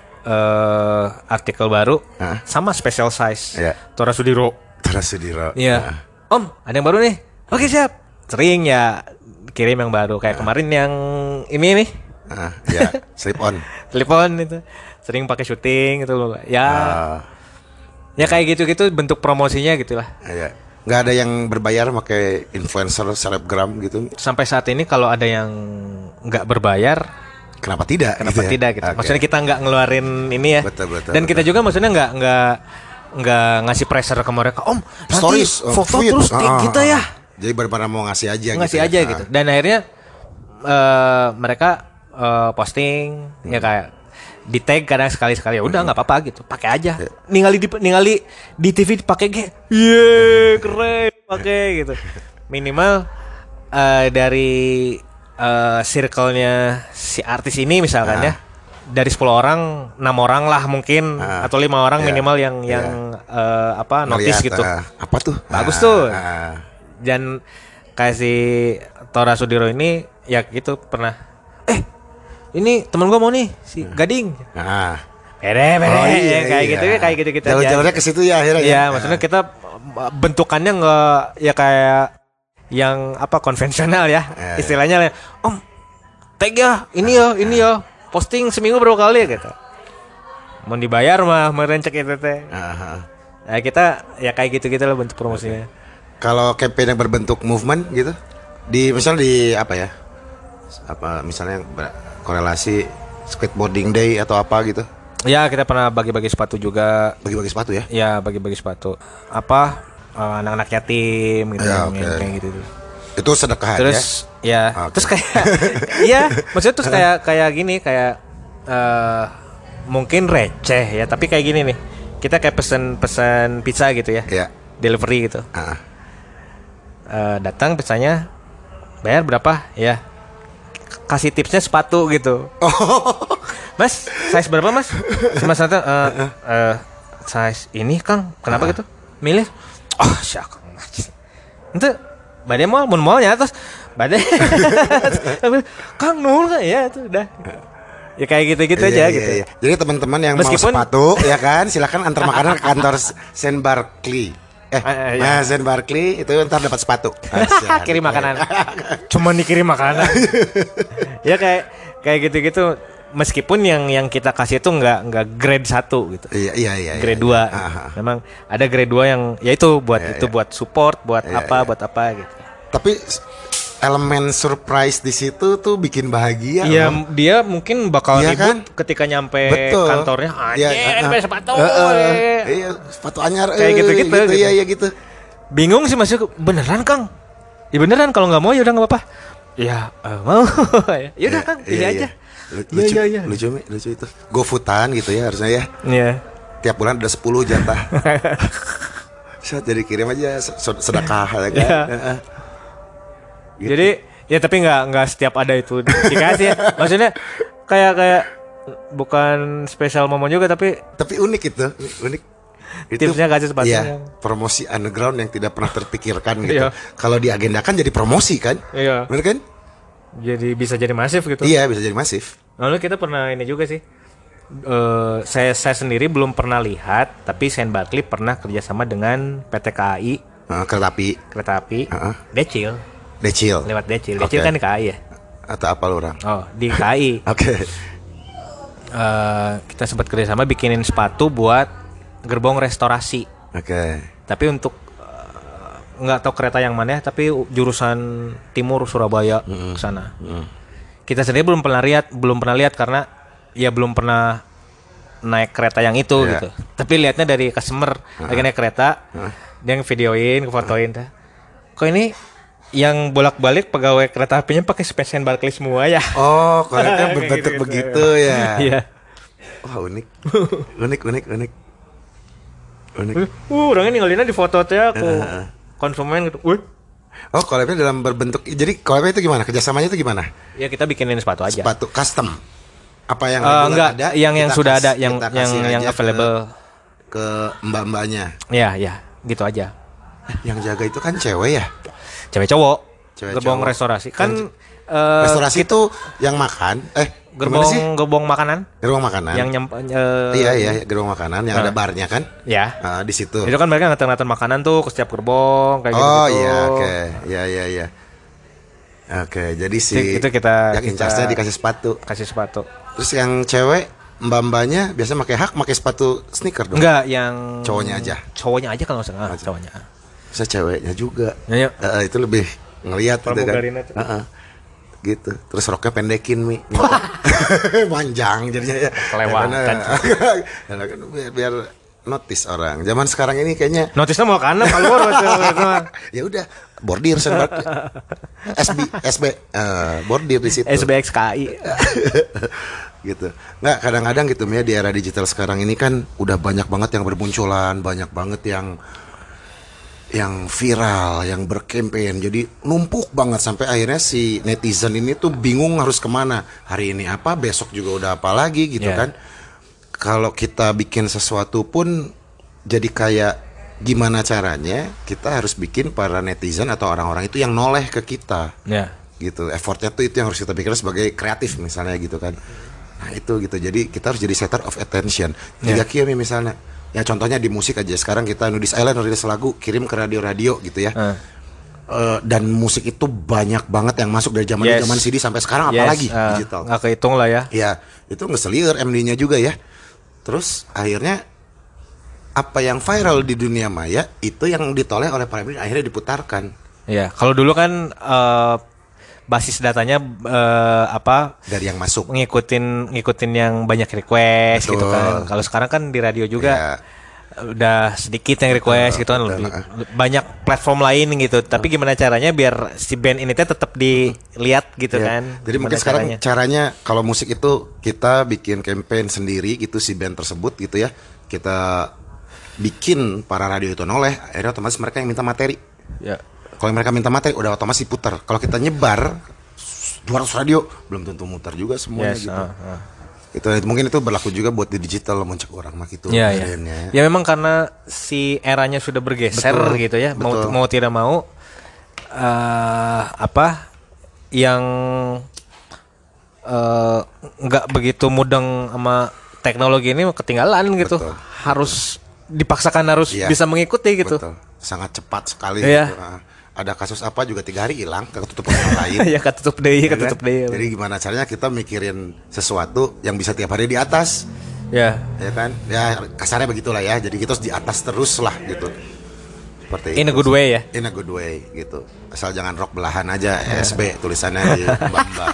artikel baru sama special size. Iya. Tora Sudiro. Iya. Om, ada yang baru nih. Oke, siap. Sering ya kirim yang baru kayak kemarin yang ini nih. Ya, slip on itu. Sering pakai syuting gitu loh. Ya. Ya kayak gitu-gitu bentuk promosinya gitulah. Iya. Nggak ada yang berbayar pakai influencer selebgram gitu. Sampai saat ini kalau ada yang nggak berbayar, kenapa tidak? Kenapa gitu tidak? Gitu. Okay. Maksudnya kita nggak ngeluarin ini ya. Betul. Dan kita juga maksudnya nggak ngasih pressure ke mereka. Om, stories, foto terus kita ya. Jadi benar-benar mau ngasih aja. Gitu. Dan akhirnya mereka posting ya kayak di tag kadang sekali-sekali ya udah nggak apa-apa gitu, pakai aja. Ningali di TV pakai keren pakai gitu. Minimal dari circle-nya si artis ini misalkan ya, dari 10 orang 6 orang lah mungkin atau 5 orang minimal yang notice gitu. Apa tuh? Bagus tuh. Dan kayak si Tora Sudiro ini ya gitu pernah. Ini temen gue mau nih si Gading. Bere kayak gitu aja. Jalur-jalurnya ke situ ya akhirnya. Iya, maksudnya kita bentukannya nggak ya kayak yang konvensional ya. Istilahnya Om, tag ya, ini ya. Posting seminggu berapa kali gitu. Mau dibayar mah merencek itu teh. Nah, kita ya kayak gitu-gitu lah bentuk promosinya. Kalau campaign yang berbentuk movement gitu, misalnya di misalnya korelasi skateboarding day atau apa gitu. Ya, kita pernah bagi-bagi sepatu juga. Bagi-bagi sepatu ya? Ya, bagi-bagi sepatu. Anak-anak yatim gitu kayak gitu. Itu sedekah terus, ya. Terus kayak iya, maksudnya terus kayak gini, kayak mungkin receh ya, tapi kayak gini nih. Kita kayak pesan pizza gitu ya. Iya. Delivery gitu. Datang pizzanya, bayar berapa? Ya. Kasih tipsnya sepatu gitu. Mas, size berapa mas? Mas Nata, size ini Kang, kenapa gitu? Milih? Syakang. Itu badai mallnya terus badai. Kang nul kan ya itu udah. Ya kayak gitu-gitu aja gitu. Iya. Jadi teman-teman yang mau sepatu ya kan, silakan antar makanan ke kantor Saint Barkley. Saint Barkley itu ntar dapat sepatu. Kirim makanan. Cuma dikirim makanan. Ya kayak gitu-gitu. Meskipun yang kita kasih itu nggak grade 1 gitu. Iya. Grade 2. Memang ada grade 2 yang ya itu buat support, buat apa gitu. Tapi elemen surprise di situ tuh bikin bahagia. Iya, dia mungkin bakal ribut kan? Ketika nyampe kantornya. Sepatu. Iya, sepatu anyar. Kayak gitu. Iya gitu. Bingung sih masih beneran Kang. Ya beneran, kalau nggak mau ya udah nggak apa-apa. Ya mau. Ya udah Kang, pilih aja. Lucu itu. GoFoodan gitu ya harusnya ya. Iya. Tiap bulan ada 10 jatah. Jadi kirim aja sedekah ya kan. Gitu. Jadi ya tapi nggak setiap ada itu dikasih ya. Maksudnya kayak bukan spesial momen juga tapi unik itu. Tipsnya kasih sepatu. Iya, promosi underground yang tidak pernah terpikirkan gitu. Kalau diagendakan jadi promosi kan? Iya. Benar kan? Jadi bisa jadi masif gitu. Iya, bisa jadi masif. Lalu kita pernah ini juga sih. Saya sendiri belum pernah lihat, tapi Saint Barkley pernah kerjasama dengan PT KAI. Kereta api. Decil. Lewat Decil. Decil kan di KAI ya? Atau apa lu orang? Oh, di KAI. Oke. Kita sempat kerjasama bikinin sepatu buat gerbong restorasi. Oke. Tapi untuk nggak tahu kereta yang mana, tapi jurusan timur Surabaya ke sana. Kita sendiri belum pernah lihat karena ya belum pernah naik kereta yang itu gitu. Tapi lihatnya dari customer lagi naik kereta, dia videoin, fotoin. Kok ini yang bolak-balik pegawai kereta apinya pakai Saint Barkley semua ya? Oh, koleknya berbentuk begitu ya? Iya. Wah, unik. Orangnya ninggalinnya di foto teh aku konsumen gitu. Oh, koleknya dalam berbentuk. Jadi koleknya itu gimana? Kerjasamanya itu gimana? Ya kita bikinin sepatu aja. Sepatu custom. Apa yang enggak ada? Yang sudah ada, yang available ke mbak-mbaknya. Ya, gitu aja. Yang jaga itu kan cewek ya? Cewek cowok. Gerbong restorasi. Kan restorasi itu yang makan gerbong makanan. Gerbong makanan. Yang iya, gerbong makanan yang ada barnya kan? Ya. Di situ. Itu kan mereka nganter-nganter makanan tuh ke setiap gerbong kayak gitu. Oh iya, oke. Iya. Oke, jadi itu kita yang incasnya dikasih sepatu. Kasih sepatu. Terus yang cewek mbak-mbaknya biasa pakai sepatu sneaker dong? Enggak, yang cowoknya aja. Cowoknya aja kalau nggak salah, cowoknya. Bisa ceweknya juga. Ya. Itu lebih ngelihat gitu kan. Gitu. Terus roknya pendekin panjang jadinya ya. Kelewatan. biar notice orang. Zaman sekarang ini kayaknya notisnya mau kanan keluar. Ya udah, bordir SB bordir di situ. SBXKI. Gitu. Nggak, kadang-kadang gitu ya, di era digital sekarang ini kan udah banyak banget yang bermunculan, banyak banget yang viral, yang berkampanye, jadi numpuk banget sampai akhirnya si netizen ini tuh bingung harus kemana. Hari ini apa, besok juga udah apa lagi gitu kan. Kalau kita bikin sesuatu pun jadi kayak gimana caranya kita harus bikin para netizen atau orang-orang itu yang noleh ke kita. Gitu. Effortnya tuh itu yang harus kita pikir sebagai kreatif misalnya gitu kan. Nah itu gitu, jadi kita harus jadi center of attention. Tiga kimi misalnya. Ya contohnya di musik aja, sekarang kita Nudist Island rilis lagu, kirim ke radio-radio gitu ya. Dan musik itu banyak banget yang masuk dari zaman CD sampai sekarang, apalagi digital. Nggak kehitung lah ya. Ya itu ngeselir MD-nya juga ya. Terus akhirnya apa yang viral di dunia maya itu yang ditoleh oleh para MD akhirnya diputarkan. Ya kalau dulu kan basis datanya dari yang masuk ngikutin yang banyak request. Betul. Gitu kan. Kalau sekarang kan di radio juga udah sedikit yang request gitu kan, lebih banyak platform lain gitu. Tapi gimana caranya biar si band ini tetap dilihat gitu kan. Jadi mungkin sekarang caranya kalau musik itu kita bikin campaign sendiri gitu si band tersebut gitu ya. Kita bikin para radio itu noleh, akhirnya otomatis mereka yang minta materi. Kalau mereka minta materi udah otomatis diputar. Kalau kita nyebar 200 radio belum tentu mutar juga semuanya gitu. Itu mungkin itu berlaku juga buat di digital muncak orang mah gitu. Ya memang karena si eranya sudah bergeser. Betul, gitu ya. Betul. Mau tidak mau yang nggak begitu mudeng sama teknologi ini ketinggalan gitu. Betul. Harus dipaksakan harus bisa mengikuti gitu. Betul. Sangat cepat sekali gitu. Ada kasus apa juga 3 hari hilang, ketutup orang lain. ketutup deh. Jadi gimana caranya kita mikirin sesuatu yang bisa tiap hari di atas. Ya kan? Ya kasarnya begitulah ya. Jadi kita harus di atas terus lah gitu. Seperti in a good way ya. In a good way gitu. Asal jangan rock belahan aja, SB tulisannya di Bamba.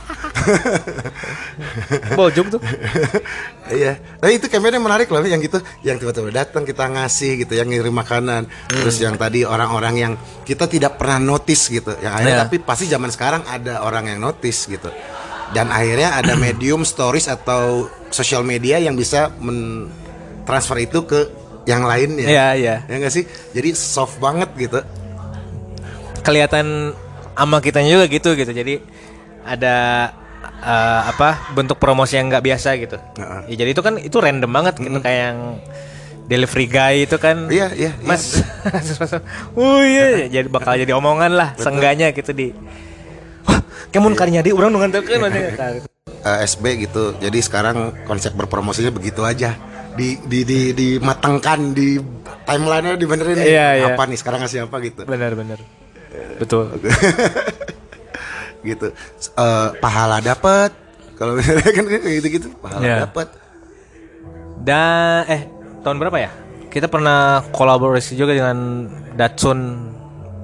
Bojong tuh. Iya. Nah itu kampanye menarik loh yang gitu, yang tiba-tiba datang kita ngasih gitu, yang ngirim makanan. Terus yang tadi orang-orang yang kita tidak pernah notice gitu. Yang akhirnya tapi pasti zaman sekarang ada orang yang notice gitu. Dan akhirnya ada medium stories atau social media yang bisa transfer itu ke yang lainnya. Iya. Ya nggak sih? Jadi soft banget gitu. Kelihatan sama kitanya juga gitu. Jadi ada bentuk promosi yang nggak biasa gitu. Ya, jadi itu kan itu random banget gitu, kayak yang delivery guy itu kan. Iya. Mas. Jadi bakal jadi omongan lah. Seenggaknya gitu di. Wah, kemun karinya di urang nu nganterkeun SB gitu. Jadi sekarang konsep berpromosinya begitu aja. Dimatangkan di timeline-nya dibenerin apa nih sekarang ngasih apa gitu. Benar. Betul. Gitu. Pahala dapat. Kalau misalnya kan gitu pahala dapat. Tahun berapa ya? Kita pernah kolaborasi juga dengan Datsun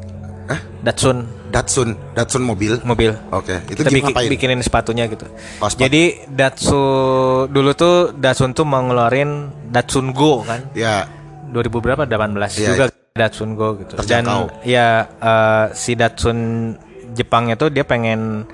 mobil. Oke. Itu kita bikinin sepatunya gitu. Jadi Datsun tuh mau ngeluarin Datsun Go kan? Ya. 2000 berapa? 18 juga Datsun Go gitu. Terjangkau. Dan si Datsun Jepangnya tuh dia pengen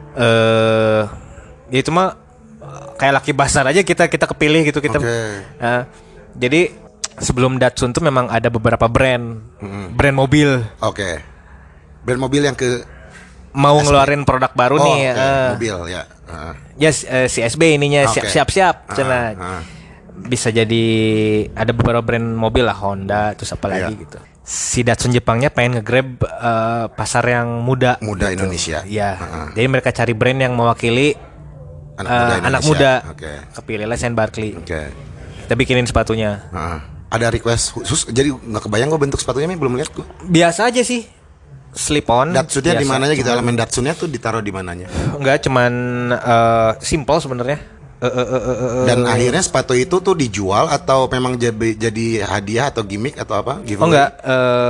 itu mah kayak laki basar aja kita kepilih gitu kita. Jadi sebelum Datsun tuh memang ada beberapa brand mobil. Brand mobil yang mau ngeluarin produk baru nih. Mobil ya. Si SB ininya siap-siap. Bisa jadi ada beberapa brand mobil lah, Honda terus apa lagi gitu. si Datsun Jepangnya pengen nge-grab pasar yang muda gitu. Indonesia. Iya. Jadi mereka cari brand yang mewakili anak muda. Kepilihlah Saint Barkley. Kita bikinin sepatunya. Ada request khusus, jadi nggak kebayang gue bentuk sepatunya, belum lihat gue. Biasa aja sih, slip on. Datsunnya di mananya gitu, elemen Datsunnya tuh ditaruh di mananya? Enggak, cuman simple sebenarnya. Dan akhirnya sepatu itu tuh dijual atau memang jadi hadiah atau gimmick atau apa? Giveaway? Oh enggak,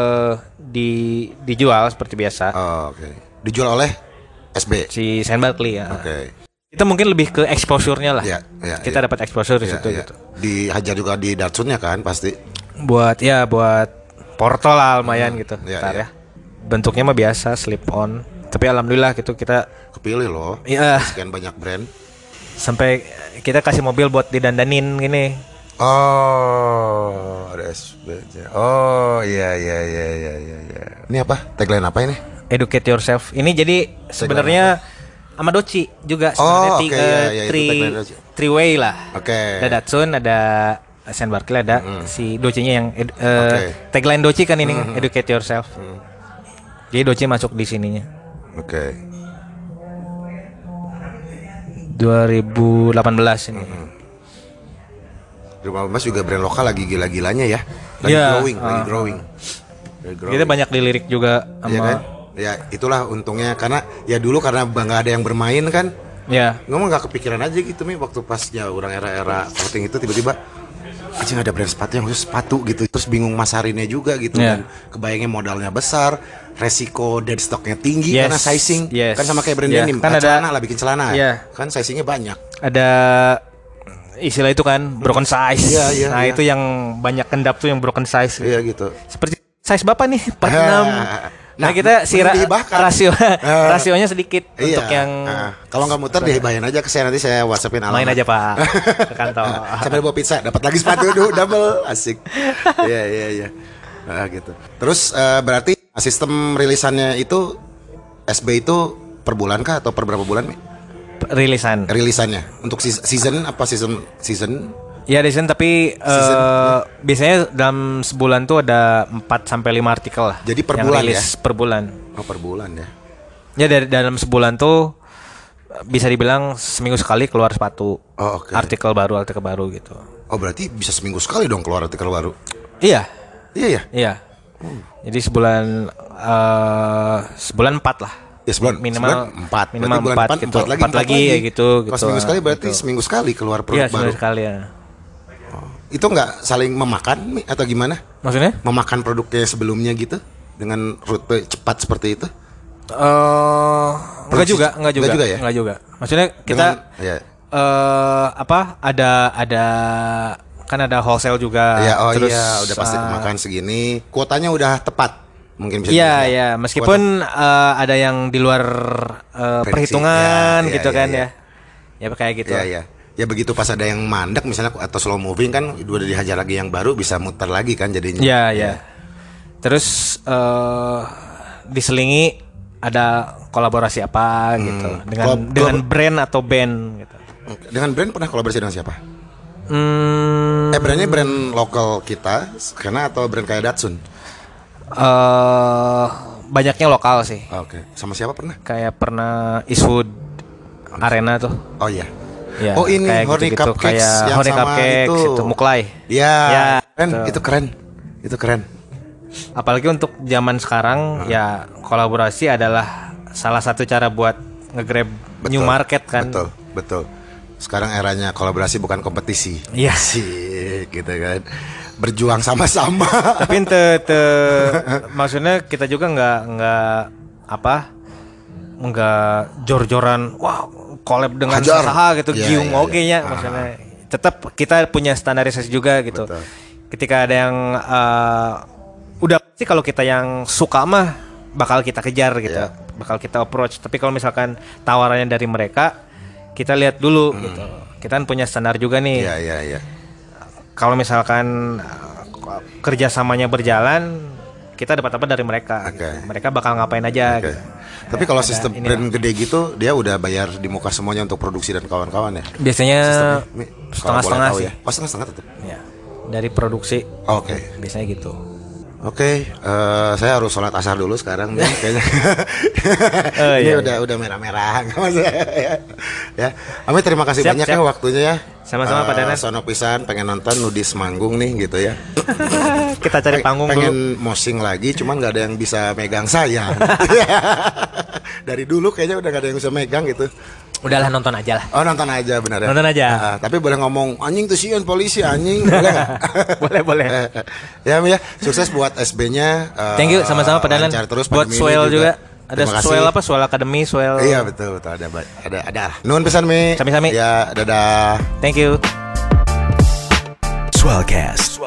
dijual seperti biasa. Dijual oleh SB si Saint Barkley ya. Kita mungkin lebih ke exposure-nya lah. Kita dapat exposure di situ gitu. Dihajar juga di Datsunnya kan pasti. Buat porto lah lumayan gitu. Ya. Bentuknya mah biasa slip on. Tapi alhamdulillah gitu kita kepilih loh. Iya. Sekian banyak brand. Sampai kita kasih mobil buat didandanin gini. Oh, ada SB-nya. Oh, iya. Ini apa? Tagline apa ini? Educate yourself. Ini jadi sebenarnya sama Doci juga sebenarnya three way lah. Ada Datsun, ada Saint Barkley, ada si Doci-nya yang tagline Doci kan ini educate yourself. Jadi Doci masuk di sininya. 2018 ini. 2018 juga brand lokal lagi gila-gilanya ya. Lagi growing. Kita banyak dilirik juga sama kan? Ya itulah untungnya, karena dulu karena nggak ada yang bermain kan. Ngomong nggak kepikiran aja gitu waktu pasnya orang era clothing itu tiba-tiba ada brand sepatu yang khusus sepatu gitu, terus bingung masarinnya juga gitu kan. Kebayangnya modalnya besar, resiko dead stocknya tinggi karena sizing kan sama kayak brand denim kan, celana lah bikin celana kan sizingnya banyak, ada istilah itu kan broken size. Itu yang banyak kendap tuh yang broken size gitu. Seperti size bapak nih 46. Nah kita rasionya sedikit untuk yang kalau nggak muter dihibahin aja ke saya, nanti saya WhatsAppin alamat. Main aja Pak ke kantor. Sampai bawa pizza dapat lagi sepatu double asik. Iya. Gitu. Terus berarti sistem rilisannya itu SB itu per bulan kah atau per berapa bulan nih? Rilisannya untuk season apa season? Ya season, tapi biasanya dalam sebulan tuh ada 4 sampai 5 artikel lah. Jadi per bulan ya? Per bulan. Oh, per bulan ya. Ya dalam sebulan tuh bisa dibilang seminggu sekali keluar sepatu. Artikel baru gitu. Oh, berarti bisa seminggu sekali dong keluar artikel baru. Iya. Iya. Jadi sebulan 4 lah. Ya sebulan minimal 4 gitu. 4 lagi ya gitu. Pas seminggu sekali berarti seminggu sekali keluar produk baru. Iya, seminggu sekali ya. Itu nggak saling memakan atau gimana? Maksudnya? Memakan produknya sebelumnya gitu dengan rute cepat seperti itu? Enggak juga ya? Enggak juga. Maksudnya kita ada wholesale juga. Terus udah pasti makan segini. Kuotanya udah tepat. Mungkin bisa. Iya. Meskipun ada yang di luar perhitungan gitu kan ya. Ya kayak gitu. Iya. Ya begitu pas ada yang mandek misalnya atau slow moving kan udah dihajar lagi yang baru bisa muter lagi kan jadinya. Iya. Terus diselingi ada kolaborasi apa gitu dengan brand atau band gitu. Dengan brand pernah kolaborasi dengan siapa? Brandnya brand lokal kita karena atau brand kayak Datsun? Banyaknya lokal sih. Sama siapa pernah? Kayak pernah Eastwood Arena tuh. Oh iya. Ya, ini Horny Cupcakes yang Horny sama Cupcakes itu Muklai. Ya, itu keren. Apalagi untuk zaman sekarang ya kolaborasi adalah salah satu cara buat nge-grab new market kan. Betul. Sekarang eranya kolaborasi bukan kompetisi. Iya sih, gitu kan. Berjuang sama-sama. Tapi maksudnya kita juga nggak jor-joran. Wah, collab dengan saha gitu, giung nya maksudnya. Tetap kita punya standarisasi juga gitu. Betul. Ketika ada yang udah sih kalau kita yang suka mah bakal kita kejar gitu, bakal kita approach. Tapi kalau misalkan tawarannya dari mereka, kita lihat dulu gitu. Kita kan punya standar juga nih. Iya. Kalau misalkan kerjasamanya berjalan, kita dapat apa dari mereka. Mereka bakal ngapain aja gitu. Tapi kalau sistem brand gede gitu, dia udah bayar di muka semuanya untuk produksi dan kawan-kawan ya? Biasanya setengah-setengah sih. Setengah-setengah tetap? Ya, dari produksi. Oke. Biasanya gitu. Oke, saya harus sholat asar dulu sekarang nih kayaknya. Ini udah merah-merah, ya. Ami terima kasih banyak ya waktunya ya. Sama-sama Pak Danan. Sono pisan pengen nonton Nudis manggung nih gitu ya. Kita cari panggung dulu. Pengen mosing lagi, cuman nggak ada yang bisa megang saya. Dari dulu kayaknya udah nggak ada yang bisa megang gitu. Udahlah nonton aja lah. Oh nonton aja benar ya. Nonton aja. Tapi boleh ngomong anjing tuh sieun polisi anjing boleh nggak? boleh. Ya Mi ya, sukses buat SB-nya. Thank you sama-sama Pak Danan. Terus buat Swell juga. Ada Swell apa? Swell Academy, Swell. Iya betul ada. Nuhun pisan Mi. Sami-sami. Ya dadah. Thank you. Swellcast.